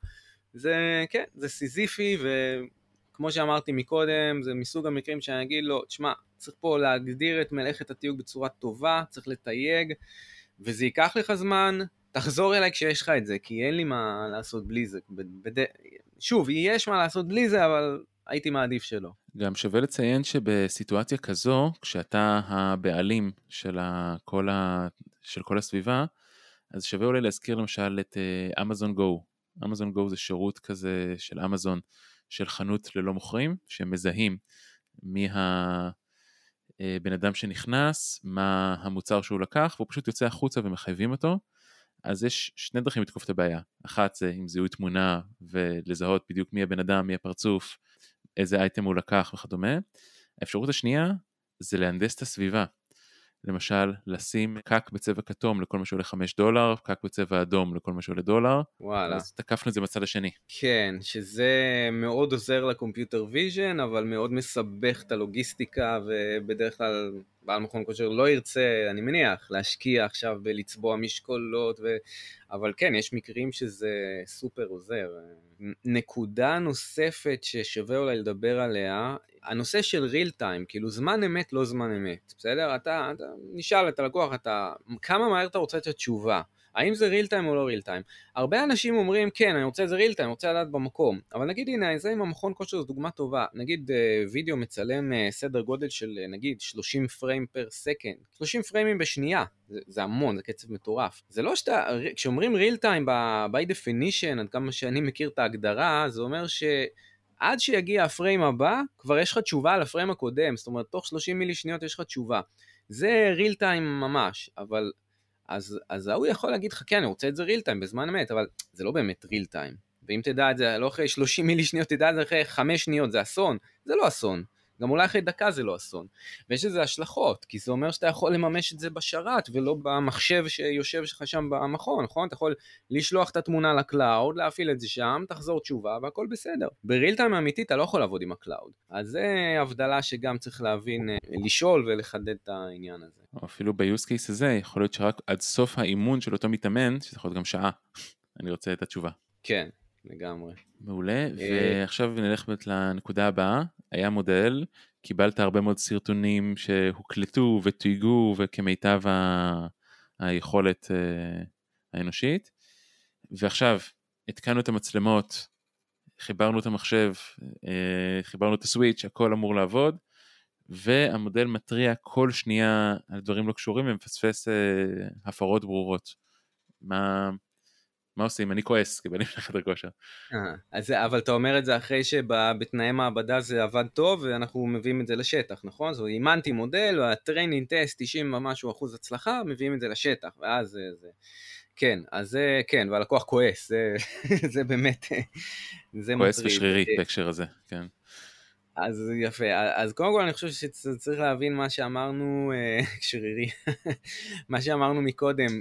זה, כן, זה סזיפי, וכמו שאמרתי מקודם, זה מסוג המקרים שאני אגיד לו, תשמע, צריך פה להגדיר את מלאכת התיוג בצורה טובה, צריך לתייג, וזה ייקח לך זמן, תחזור אליי כשיש לך את זה, כי אין לי מה לעשות בלי זה. בד... שוב, יש מה לעשות בלי זה, אבל הייתי מעדיף שלא. גם שווה לציין שבסיטואציה כזו, כשאתה הבעלים של כל של כל הסביבה, אז שווה אולי להזכיר למשל את אמזון גו. אמזון גו זה שירות כזה של אמזון, של חנות ללא מוכרים, שמזהים מה... בן אדם שנכנס, מה המוצר שהוא לקח, והוא פשוט יוצא החוצה ומחייבים אותו. אז יש שני דרכים לתקוף את הבעיה. אחת זה עם זיהוי תמונה, ולזהות בדיוק מי הבן אדם, מי הפרצוף, איזה אייטם הוא לקח וכדומה. האפשרות השנייה זה להנדס את הסביבה. למשל, לשים קק בצבע כתום לכל מה שעולה חמש דולר, קק בצבע אדום לכל מה שעולה דולר. וואלה. אז תקפנו את זה בצד השני. כן, שזה מאוד עוזר לקומפיוטר ויז'ן, אבל מאוד מסבך את הלוגיסטיקה, ובדרך כלל בעל מכון כושר לא ירצה, אני מניח, להשקיע עכשיו בלצבוע משקולות, ו... אבל כן, יש מקרים שזה סופר עוזר. נקודה נוספת ששווה אולי לדבר עליה, הנושא של ריל טיים, כאילו זמן אמת לא זמן אמת, בסדר? אתה, אתה נשאל את הלקוח, אתה, כמה מהר אתה רוצה את התשובה? האם זה ריל טיים או לא ריל טיים? הרבה אנשים אומרים, כן, אני רוצה את זה ריל טיים, אני רוצה לדעת במקום. אבל נגיד, הנה, זה עם המכון כושר זו דוגמה טובה. נגיד, וידאו מצלם סדר גודל של, נגיד, שלושים פריים פר סקנד. שלושים פריימים בשנייה. זה, זה המון, זה קצב מטורף. זה לא שאתה, כשאומרים ריל טיים, by definition, עד כמה שאני מכיר את ההגדרה, זה אומר ש... עד שיגיע הפריים הבא, כבר יש לך תשובה על הפריים הקודם. זאת אומרת, תוך שלושים מילי שניות יש לך תשובה. זה ריל טיים ממש, אבל... אז, אז הוא יכול להגיד לך, כן, אני רוצה את זה ריל טיים בזמן אמת, אבל זה לא באמת ריל טיים. ואם תדע את זה, לא אחרי שלושים מילי שניות, תדע את זה אחרי חמש שניות, זה אסון. זה לא אסון. גם אולי אחרי דקה זה לא אסון. ויש לזה השלכות, כי זה אומר שאתה יכול לממש את זה בשרת, ולא במחשב שיושב שלך שם במכון, נכון? אתה יכול לשלוח את התמונה לקלאוד, להפעיל את זה שם, תחזור תשובה, והכל בסדר. בריל טיים האמיתי אתה לא יכול לעבוד עם הקלאוד. אז זה הבדלה שגם צריך להבין, לשאול ולחדד את העניין הזה. או אפילו ב-use case הזה, יכול להיות שרק עד סוף האימון של אותו מתאמן, שזה יכול להיות גם שעה, אני רוצה את התשובה. כן, לגמרי. מעולה, ועכשיו נלך לנקודה הבאה, היה מודל, קיבלת הרבה מאוד סרטונים שהוקלטו ותויגו וכמיטב ה... היכולת האנושית, ועכשיו התקנו את המצלמות, חיברנו את המחשב, חיברנו את הסוויץ', הכל אמור לעבוד, והמודל מטריע כל שנייה על דברים לא קשורים ומפספס הפרות ברורות. מה... מה עושים? אני כועס, כי בנים לחדר כושר. אז, אבל אתה אומר את זה אחרי שבתנאי מעבדה זה עבד טוב, ואנחנו מביאים את זה לשטח, נכון? זאת אימנתי מודל, והטריינינג טסט תשעים ומשהו אחוז הצלחה, מביאים את זה לשטח, ואז זה, זה... כן, אז זה, כן, והלקוח כועס, זה, זה באמת, זה כועס מטריד. ושרירי בהקשר הזה, כן. אז יפה, אז קודם כל אני חושב שצריך להבין מה שאמרנו, שרירי, מה שאמרנו מקודם,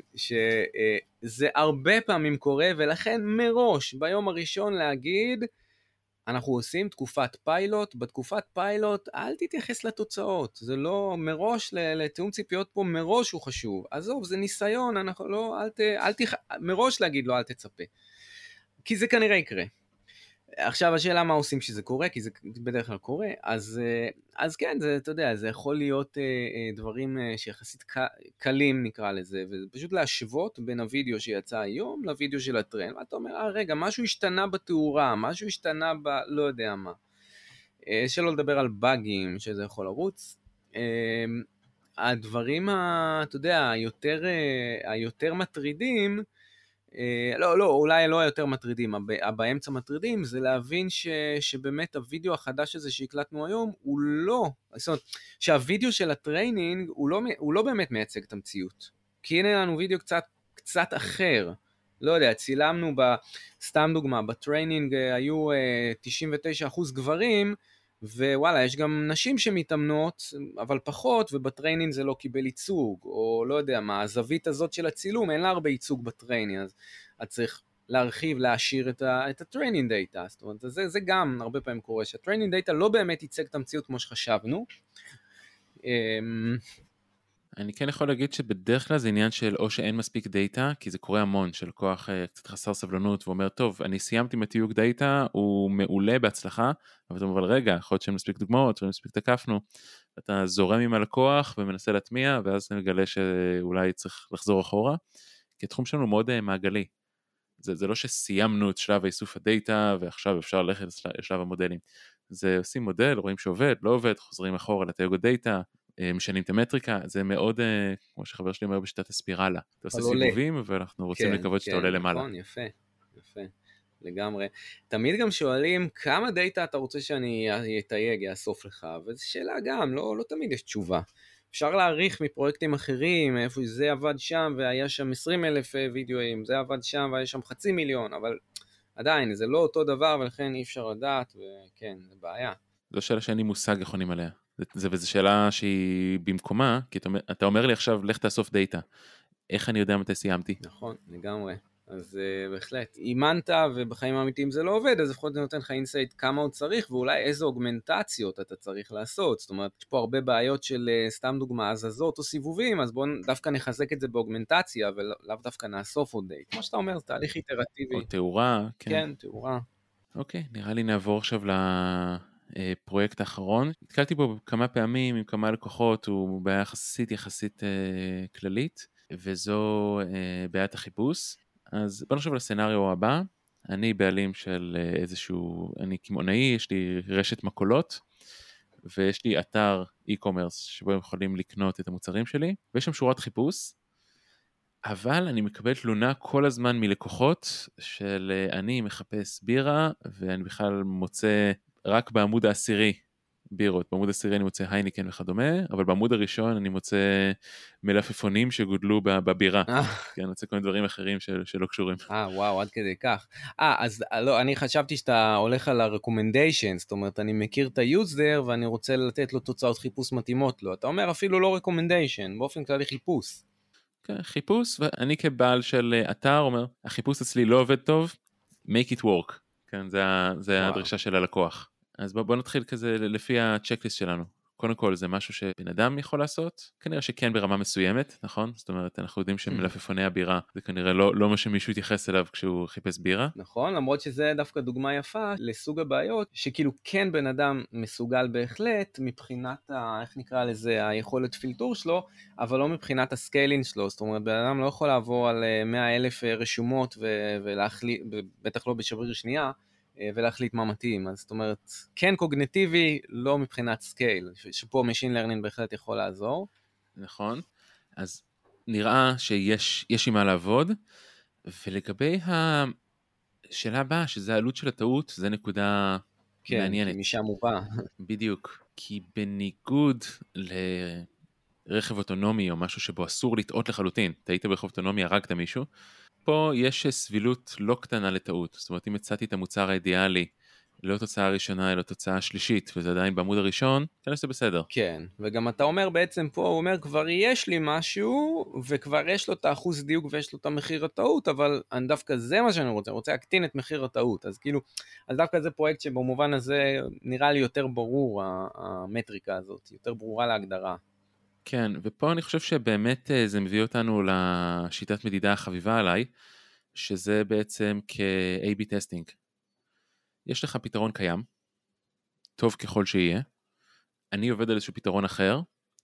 שזה הרבה פעמים קורה, ולכן מראש ביום הראשון להגיד, אנחנו עושים תקופת פיילוט, בתקופת פיילוט אל תתייחס לתוצאות, זה לא מראש, לתיאום ציפיות פה מראש הוא חשוב, עזוב, זה ניסיון, אנחנו לא, אל ת, אל תח... מראש להגיד לו אל תצפה, כי זה כנראה יקרה. עכשיו השאלה מה עושים שזה קורה, כי זה בדרך כלל קורה, אז, אז כן, זה, אתה יודע, זה יכול להיות דברים שיחסית קלים נקרא לזה, ופשוט להשוות בין הוידאו שיצא היום לוידאו של הטרנד, ואתה אומר, אה רגע, משהו השתנה בתאורה, משהו השתנה ב... לא יודע מה. שלא לדבר על בגים שזה יכול לרוץ. הדברים, אתה יודע, היותר, היותר מטרידים, לא, לא, אולי לא היותר מטרידים, באמצע מטרידים, זה להבין ש, שבאמת הוידאו החדש הזה שהקלטנו היום, הוא לא, זאת אומרת, שהוידאו של הטריינינג, הוא לא, הוא לא באמת מייצג את המציאות. כי הנה לנו וידאו קצת, קצת אחר. לא יודע, צילמנו, סתם דוגמה, בטריינינג היו תשעים ותשעה אחוז גברים, ווואלה, יש גם נשים שמתאמנות, אבל פחות, ובטריינינג זה לא קיבל ייצוג, או לא יודע מה, הזווית הזאת של הצילום, אין לה הרבה ייצוג בטריינינג, אז את צריך להרחיב, להשאיר את, ה, את הטריינינג דאטה, זאת אומרת, זה, זה גם הרבה פעמים קורה, שהטריינינג דאטה לא באמת ייצג את המציאות כמו שחשבנו. אני כן יכול להגיד שבדרך כלל זה עניין של או שאין מספיק דאטה, כי זה קורה המון, של כוח קצת חסר סבלנות, ואומר, טוב, אני סיימתי מתיוג דאטה, הוא מעולה בהצלחה, אבל אתה אומר, רגע, יכול להיות שאין מספיק דוגמאות, שאין מספיק תקפנו, אתה זורם עם הלקוח ומנסה להטמיע, ואז אתה מגלה שאולי צריך לחזור אחורה, כי התחום שלנו מאוד מעגלי. זה, זה לא שסיימנו את שלב האיסוף הדאטה, ועכשיו אפשר ללכת לשלב המודלים. זה עושים מודל, רואים שעובד, לא עובד, חוזרים אחורה לתיוג הדאטה, משנים את המטריקה, זה מאוד, כמו שחבר שלי אומר, בשיטת הספירלה. אתה עושה סיבובים, ואנחנו רוצים כן, לקוות שאתה כן, עולה למעלה. נכון, יפה, יפה, לגמרי. תמיד גם שואלים, כמה דאטה אתה רוצה שאני אתייג, יאסוף לך, וזו שאלה גם, לא, לא תמיד יש תשובה. אפשר להעריך מפרויקטים אחרים, איפה זה עבד שם, והיה שם עשרים אלף וידאוים, זה עבד שם, והיה שם חצי מיליון, אבל עדיין, זה לא אותו דבר, ולכן אי אפשר לדעת, וכן, זה בעיה. זו שאלה שאין לי מושג איך עונים עליה. זה, וזו שאלה שהיא במקומה, כי אתה, אתה אומר לי עכשיו, לך תאסוף דאטה. איך אני יודע מתי סיימתי? נכון, לגמרי. אז uh, בהחלט, אימנת ובחיים האמיתיים זה לא עובד, אז לפחות זה נותן לך אינסייט כמה עוד צריך, ואולי איזה אוגמנטציות אתה צריך לעשות. זאת אומרת, יש פה הרבה בעיות של, uh, סתם דוגמה, הזזות או סיבובים, אז בואו דווקא נחזק את זה באוגמנטציה, ולאו דווקא נאסוף עוד דאטה. כמו שאתה אומר, זה תהליך איטרטיבי. או תאורה. כן, כן תאורה. אוקיי, נראה לי נעבור עכשיו לפרויקט האחרון. התקלתי בו כמה פעמים עם כמה לקוחות, הוא בעיה יחסית יחסית uh, כללית, וזו uh, בעיית החיפוש. אז בוא נחשוב על הסצנריו הבא, אני בעלים של איזשהו, אני כמעונאי, יש לי רשת מקולות, ויש לי אתר e-commerce שבו הם יכולים לקנות את המוצרים שלי, ויש שם שורת חיפוש, אבל אני מקבל תלונה כל הזמן מלקוחות של אני מחפש בירה, ואני בכלל מוצא רק בעמוד העשירי בירות, בעמוד העשירי אני מוצא הייניקן וכדומה, אבל בעמוד הראשון אני מוצא מלפפונים שגודלו בבירה, כן, אני מוצא כל מיני דברים אחרים של, שלא קשורים. אה, וואו, עד כדי כך. אה, אז לא, אני חשבתי שאתה הולך על ה-recommendation, זאת אומרת, אני מכיר את ה-user ואני רוצה לתת לו תוצאות חיפוש מתאימות לו. אתה אומר אפילו לא recommendation, באופן כללי חיפוש. כן, חיפוש, ואני כבעל של אתר אומר, החיפוש אצלי לא עובד טוב, make it work. כן, זה, זה הדרישה של הלקוח. אז בוא, בוא נתחיל כזה לפי הצ'קליסט שלנו. קודם כל זה משהו שבן אדם יכול לעשות, כנראה שכן ברמה מסוימת, נכון? זאת אומרת, אנחנו יודעים שמלפפוני הבירה, זה כנראה לא, לא מה שמישהו יתייחס אליו כשהוא חיפש בירה. נכון, למרות שזה דווקא דוגמה יפה לסוג הבעיות, שכאילו כן בן אדם מסוגל בהחלט, מבחינת, ה, איך נקרא לזה, היכולת פילטור שלו, אבל לא מבחינת הסקיילינג שלו, זאת אומרת, בן אדם לא יכול לעבור על מאה אלף רשומות, ולהחליט, בטח לא בשבריר שנייה, ולהחליט מה מתאים. אז זאת אומרת, כן קוגניטיבי, לא מבחינת סקייל, שפה Machine Learning בהחלט יכול לעזור. נכון, אז נראה שיש יש עם מה לעבוד, ולגבי השאלה הבאה, שזה העלות של הטעות, זה נקודה כן, מעניינת. כן, כי משם הוא בא. בדיוק, כי בניגוד לרכב אוטונומי, או משהו שבו אסור לטעות לחלוטין, טעית ברכב אוטונומי, הרגת מישהו, פה יש סבילות לא קטנה לטעות, זאת אומרת אם הצעתי את המוצר האידיאלי, לא תוצאה ראשונה אלא תוצאה שלישית, וזה עדיין בעמוד הראשון, כן זה בסדר. כן, וגם אתה אומר בעצם פה, הוא אומר כבר יש לי משהו, וכבר יש לו את האחוז דיוק ויש לו את המחיר הטעות, אבל אני דווקא זה מה שאני רוצה, אני רוצה להקטין את מחיר הטעות, אז כאילו, אז דווקא זה פרויקט שבמובן הזה נראה לי יותר ברור, המטריקה הזאת, יותר ברורה להגדרה. כן, ופה אני חושב שבאמת זה מביא אותנו לשיטת מדידה החביבה עליי, שזה בעצם כ-איי בי טסטינג. יש לך פתרון קיים, טוב ככל שיהיה, אני עובד על איזשהו פתרון אחר,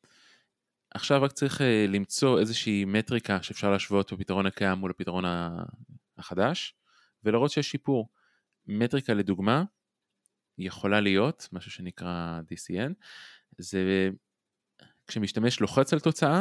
עכשיו רק צריך למצוא איזושהי מטריקה שאפשר להשוות בפתרון הקיים מול הפתרון החדש, ולראות שיש שיפור. מטריקה לדוגמה, יכולה להיות, משהו שנקרא די סי אן, זה כשמשתמש לוחץ על תוצאה,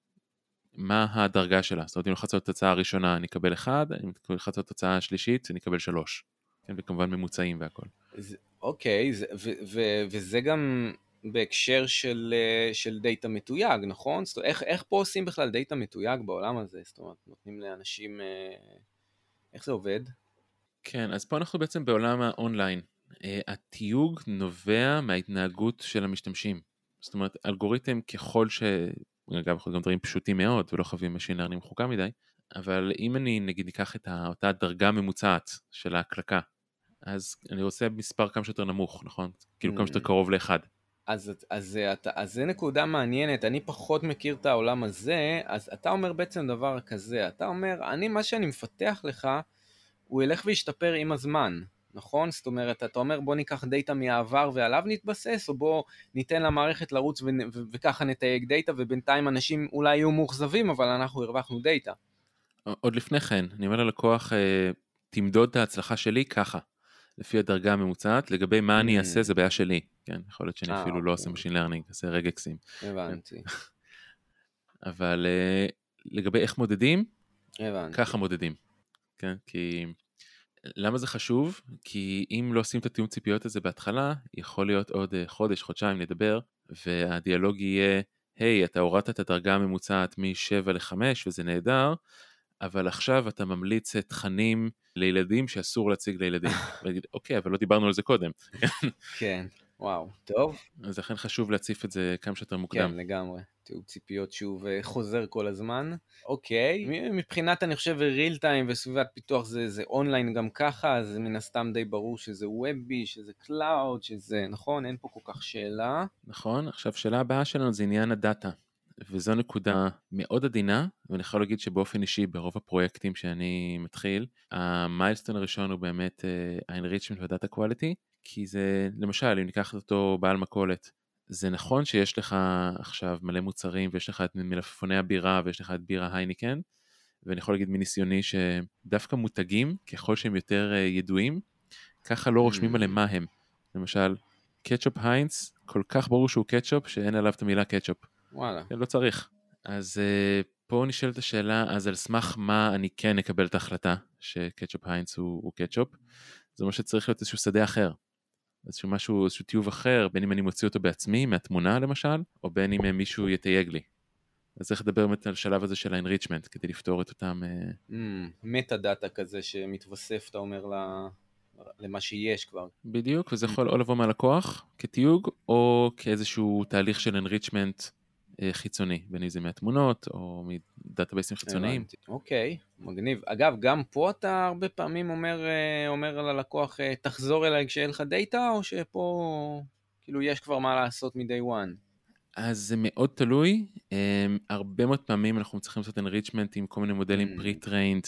מה הדרגה שלה? זאת אומרת, אם לוחץ על התוצאה הראשונה, אני אקבל אחד, אם לוחץ על התוצאה השלישית, אני אקבל שלוש. כן, וכמובן ממוצעים והכל. אוקיי, וזה גם בהקשר של, של דאטה מתויג, נכון? זאת אומרת, איך, איך פה עושים בכלל דאטה מתויג בעולם הזה? זאת אומרת, נותנים לאנשים, איך זה עובד? כן, אז פה אנחנו בעצם בעולם האונליין. התיוג נובע מההתנהגות של המשתמשים. זאת אומרת, אלגוריתם ככל ש... אגב, אנחנו גם דברים פשוטים מאוד, ולא חייבים Machine Learning מחוקה מדי, אבל אם אני נגיד ניקח את אותה דרגה ממוצעת של ההקלקה, אז אני רוצה מספר כמה שיותר נמוך, נכון? כאילו כמה שיותר קרוב לאחד. אז, אז, אז, אז זה נקודה מעניינת, אני פחות מכיר את העולם הזה, אז אתה אומר בעצם דבר כזה, אתה אומר, אני מה שאני מפתח לך, הוא ילך וישתפר עם הזמן, נכון? זאת אומרת, אתה אומר בוא ניקח דאטה מהעבר ועליו נתבסס, או בוא ניתן למערכת לרוץ ו- ו- וככה נתייג דאטה, ובינתיים אנשים אולי יהיו מוחזבים, אבל אנחנו הרווחנו דאטה. עוד לפני כן, אני אומר ללקוח, תמדוד את ההצלחה שלי ככה, לפי הדרגה הממוצעת, לגבי מה אני אעשה זה בעיה שלי, כן, יכול להיות שאני אה, אפילו לא אוקיי. עושה machine learning, עושה רגקסים. הבנתי, אבל אה, לגבי איך מודדים, הבנתי. ככה מודדים, כן, כי למה זה חשוב? כי אם לא עושים את התיאום ציפיות הזה בהתחלה, יכול להיות עוד אה, חודש, חודשיים נדבר, והדיאלוג יהיה, היי, אתה הורדת את הדרגה הממוצעת מ-שבע ל-חמש וזה נהדר, אבל עכשיו אתה ממליץ תכנים לילדים שאסור להציג לילדים. ולהגיד, אוקיי, אבל לא דיברנו על זה קודם. כן, וואו, טוב. אז לכן חשוב להציף את זה כמה שיותר מוקדם. כן, לגמרי. תיאום ציפיות שוב אה, חוזר כל הזמן. אוקיי, מ- מבחינת אני חושב real time וסביבת פיתוח זה, זה אונליין גם ככה, אז מן הסתם די ברור שזה וובי, שזה קלאוד, שזה, נכון? אין פה כל כך שאלה. נכון, עכשיו שאלה הבאה שלנו זה עניין הדאטה. וזו נקודה מאוד עדינה, ואני יכול להגיד שבאופן אישי ברוב הפרויקטים שאני מתחיל, המיילסטון הראשון הוא באמת ה-enrichment וה-data quality, כי זה, למשל, אם ניקח אותו בעל מכולת, זה נכון שיש לך עכשיו מלא מוצרים, ויש לך את מלפפוני הבירה, ויש לך את בירה הייניקן, ואני יכול להגיד מניסיוני שדווקא מותגים, ככל שהם יותר ידועים, ככה לא רושמים עליהם מה הם. למשל, קטשופ היינץ, כל כך ברור שהוא קטשופ, שאין עליו את המילה קטשופ. וואלה. לא צריך. אז uh, פה נשאלת השאלה, אז על סמך מה אני כן אקבל את ההחלטה שקטשופ היינץ הוא, הוא קטשופ? זה אומר שצריך להיות איזשהו שדה אחר. איזשהו משהו, איזשהו טיוב אחר, בין אם אני מוציא אותו בעצמי, מהתמונה למשל, או בין אם מישהו יתייג לי. אז צריך לדבר באמת על השלב הזה של ה-enrichment, כדי לפתור את אותם... Uh... Mm, מטה דאטה כזה שמתווסף, אתה אומר, ל... למה שיש כבר. בדיוק, וזה יכול או לבוא מהלקוח כתיוג, או כאיזשהו תהליך של enrichment חיצוני, בין אם זה מהתמונות או מדאטאבייסים חיצוניים. הבנתי. אוקיי, מגניב. אגב, גם פה אתה הרבה פעמים אומר, אומר ללקוח, תחזור אליי כשיהיה לך דאטה, או שפה כאילו יש כבר מה לעשות מ-day one? אז זה מאוד תלוי, um, הרבה מאוד פעמים אנחנו צריכים לעשות enrichment עם כל מיני מודלים Mm. pre-trained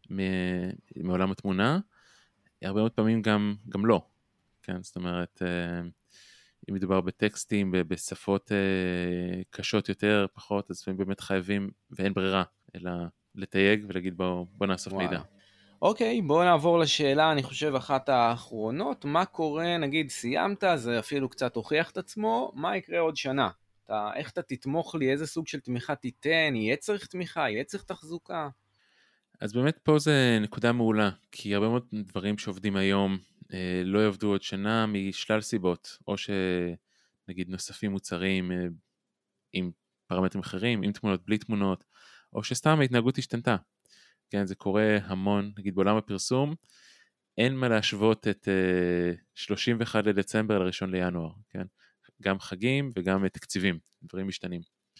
מעולם התמונה, הרבה מאוד פעמים גם, גם לא, כן, זאת אומרת, uh, אם מדובר בטקסטים, בשפות uh, קשות יותר, פחות, אז לפעמים באמת חייבים, ואין ברירה, אלא לתייג ולהגיד בוא, בוא נאסוף וואלה. מידע. אוקיי, בואו נעבור לשאלה, אני חושב אחת האחרונות, מה קורה, נגיד סיימת, זה אפילו קצת הוכיח את עצמו, מה יקרה עוד שנה? אתה, איך אתה תתמוך לי, איזה סוג של תמיכה תיתן, יהיה צריך תמיכה, יהיה צריך תחזוקה? אז באמת פה זה נקודה מעולה, כי הרבה מאוד דברים שעובדים היום אה, לא יעבדו עוד שנה משלל סיבות, או שנגיד נוספים מוצרים אה, עם פרמטרים אחרים, עם תמונות, בלי תמונות, או שסתם ההתנהגות השתנתה. כן, זה קורה המון, נגיד בעולם הפרסום, אין מה להשוות את אה, שלושים ואחד לדצמבר לראשון לינואר, כן? גם חגים וגם תקציבים, דברים משתנים.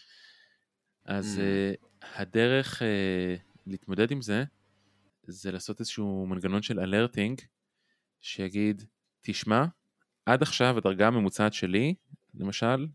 אז mm. uh, הדרך uh, להתמודד עם זה, זה לעשות איזשהו מנגנון של אלרטינג, שיגיד, תשמע, עד עכשיו הדרגה הממוצעת שלי, למשל,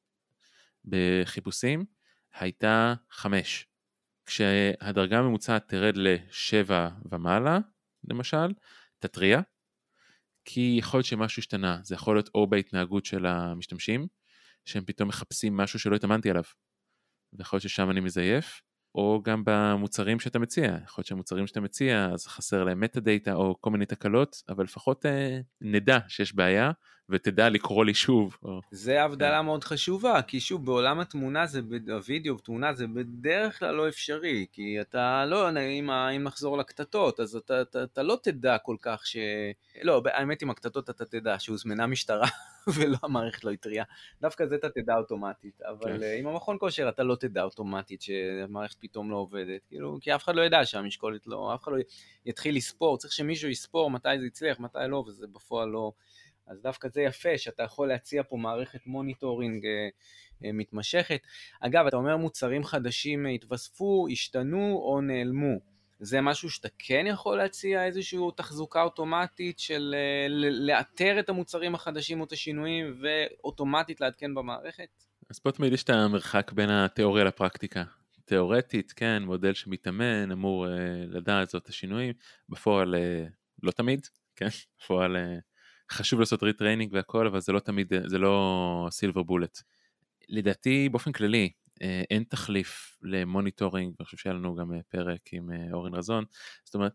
בחיפושים, הייתה חמש. כשהדרגה הממוצעת תרד לשבע ומעלה, למשל, תטריע, כי יכול להיות שמשהו השתנה, זה יכול להיות או בהתנהגות של המשתמשים, שהם פתאום מחפשים משהו שלא התאמנתי עליו, ויכול להיות ששם אני מזייף, או גם במוצרים שאתה מציע, יכול להיות שהמוצרים שאתה מציע, אז חסר להם מטה דאטה או כל מיני תקלות, אבל לפחות אה, נדע שיש בעיה, ותדע לקרוא לי שוב. או... זה הבדלה מאוד חשובה, כי שוב, בעולם התמונה, זה, הווידאו, תמונה, זה בדרך כלל לא אפשרי, כי אתה לא, אם, אם נחזור לקטטות, אז אתה, אתה, אתה לא תדע כל כך ש... לא, האמת עם הקטטות אתה תדע שהוזמנה משטרה, ולא המערכת לא התריעה. דווקא זה אתה תדע אוטומטית, אבל כן. עם המכון כושר אתה לא תדע אוטומטית שהמערכת פתאום לא עובדת, כאילו, כי אף אחד לא ידע שהמשקולת לא, אף אחד לא יתחיל לספור, צריך שמישהו יספור מתי זה יצליח, מתי לא, וזה בפועל לא... אז דווקא זה יפה, שאתה יכול להציע פה מערכת מוניטורינג אה, אה, מתמשכת. אגב, אתה אומר מוצרים חדשים התווספו, השתנו או נעלמו. זה משהו שאתה כן יכול להציע איזושהי תחזוקה אוטומטית של אה, לאתר את המוצרים החדשים או את השינויים ואוטומטית לעדכן במערכת? אז פה תמיד יש את המרחק בין התיאוריה לפרקטיקה. תיאורטית, כן, מודל שמתאמן, אמור אה, לדעת זאת השינויים, בפועל אה, לא תמיד, כן, בפועל... אה, חשוב לעשות ריטריינינג והכל, אבל זה לא תמיד, זה לא סילבר בולט. לדעתי, באופן כללי, אין תחליף למוניטורינג, ואני חושב שהיה לנו גם פרק עם אורן רזון, זאת אומרת,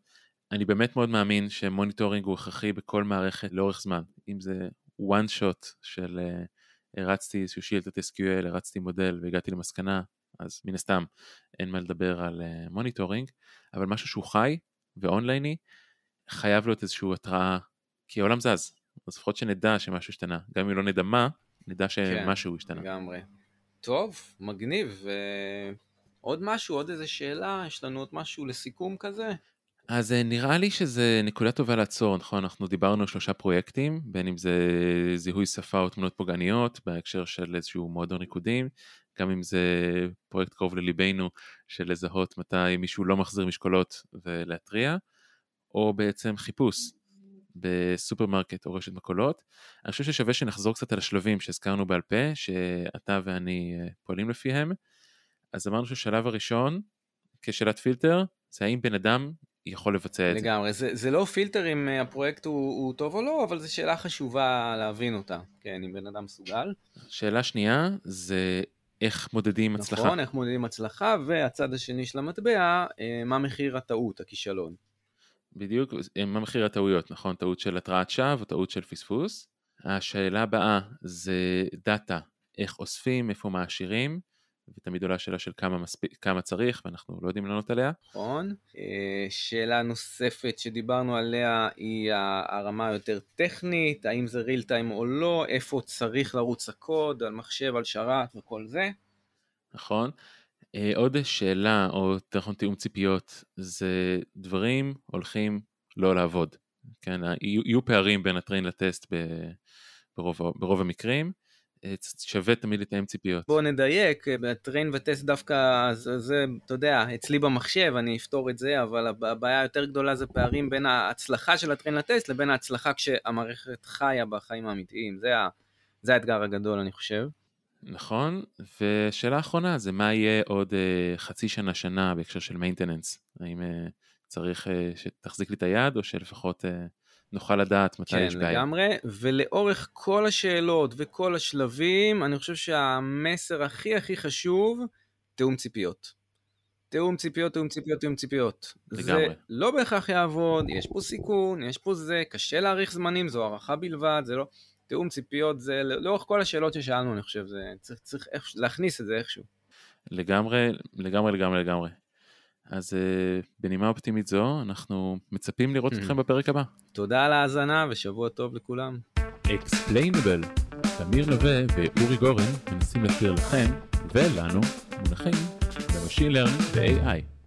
אני באמת מאוד מאמין שמוניטורינג הוא הכרחי בכל מערכת לאורך זמן. אם זה one shot של uh, הרצתי איזשהו שילטת אס קיו אל, הרצתי מודל והגעתי למסקנה, אז מן הסתם אין מה לדבר על uh, מוניטורינג, אבל משהו שהוא חי ואונלייני, חייב להיות איזושהי התראה, כי העולם זז, אז לפחות שנדע שמשהו השתנה, גם אם לא נדע מה, נדע שמשהו השתנה. כן, לגמרי. טוב, מגניב, ועוד משהו, עוד איזה שאלה, יש לנו עוד משהו לסיכום כזה? אז נראה לי שזה נקודה טובה לעצור, נכון? אנחנו דיברנו על שלושה פרויקטים, בין אם זה זיהוי שפה או תמונות פוגעניות, בהקשר של איזשהו מועדון ריקודים, גם אם זה פרויקט קרוב לליבנו, של לזהות מתי מישהו לא מחזיר משקולות ולהטריע, או בעצם חיפוש בסופרמרקט או רשת מכולות. אני חושב ששווה שנחזור קצת על השלבים שהזכרנו בעל פה, שאתה ואני פועלים לפיהם. אז אמרנו שהשלב הראשון, כשאלת פילטר, זה האם בן אדם יכול לבצע את זה. לגמרי, זה, זה לא פילטר אם הפרויקט הוא, הוא טוב או לא, אבל זו שאלה חשובה להבין אותה, כן, אם בן אדם מסוגל. שאלה שנייה, זה איך מודדים נכון, הצלחה. נכון, איך מודדים הצלחה, והצד השני של המטבע, מה מחיר הטעות, הכישלון. בדיוק, מה מחיר הטעויות, נכון? טעות של התראת שווא או טעות של פספוס. השאלה הבאה זה דאטה, איך אוספים, איפה מעשירים, ותמיד עולה שאלה של כמה, מספיק, כמה צריך, ואנחנו לא יודעים לענות עליה. נכון. שאלה נוספת שדיברנו עליה היא הרמה היותר טכנית, האם זה ריל טיים או לא, איפה צריך לרוץ הקוד, על מחשב, על שרת וכל זה. נכון. עוד שאלה, או תכון תיאום ציפיות, זה דברים הולכים לא לעבוד. כן, יהיו פערים בין הטריין לטסט ברוב, ברוב המקרים, שווה תמיד לתאם ציפיות. בוא נדייק, בטריין וטסט דווקא, זה, זה, אתה יודע, אצלי במחשב, אני אפתור את זה, אבל הבעיה היותר גדולה זה פערים בין ההצלחה של הטריין לטסט, לבין ההצלחה כשהמערכת חיה בחיים האמיתיים. זה, זה האתגר הגדול, אני חושב. נכון, ושאלה האחרונה זה מה יהיה עוד uh, חצי שנה שנה בהקשר של maintenance, האם uh, צריך uh, שתחזיק לי את היד או שלפחות uh, נוכל לדעת מתי כן, יש בעיה. כן, לגמרי, ולאורך כל השאלות וכל השלבים, אני חושב שהמסר הכי הכי חשוב, תאום ציפיות. תאום ציפיות, תאום ציפיות, תאום ציפיות. לגמרי. זה לא בהכרח יעבוד, יש פה סיכון, יש פה זה, קשה להעריך זמנים, זו הערכה בלבד, זה לא... תאום ציפיות זה, לאורך כל השאלות ששאלנו, אני חושב, זה צריך, צריך איך, להכניס את זה איכשהו. לגמרי, לגמרי, לגמרי, לגמרי. אז uh, בנימה אופטימית זו, אנחנו מצפים לראות אתכם בפרק הבא. תודה על ההאזנה ושבוע טוב לכולם. Explainable. תמיר נווה ואורי גורן מנסים להסביר לכם ולנו מונחים במשין לרנינג ו-איי איי.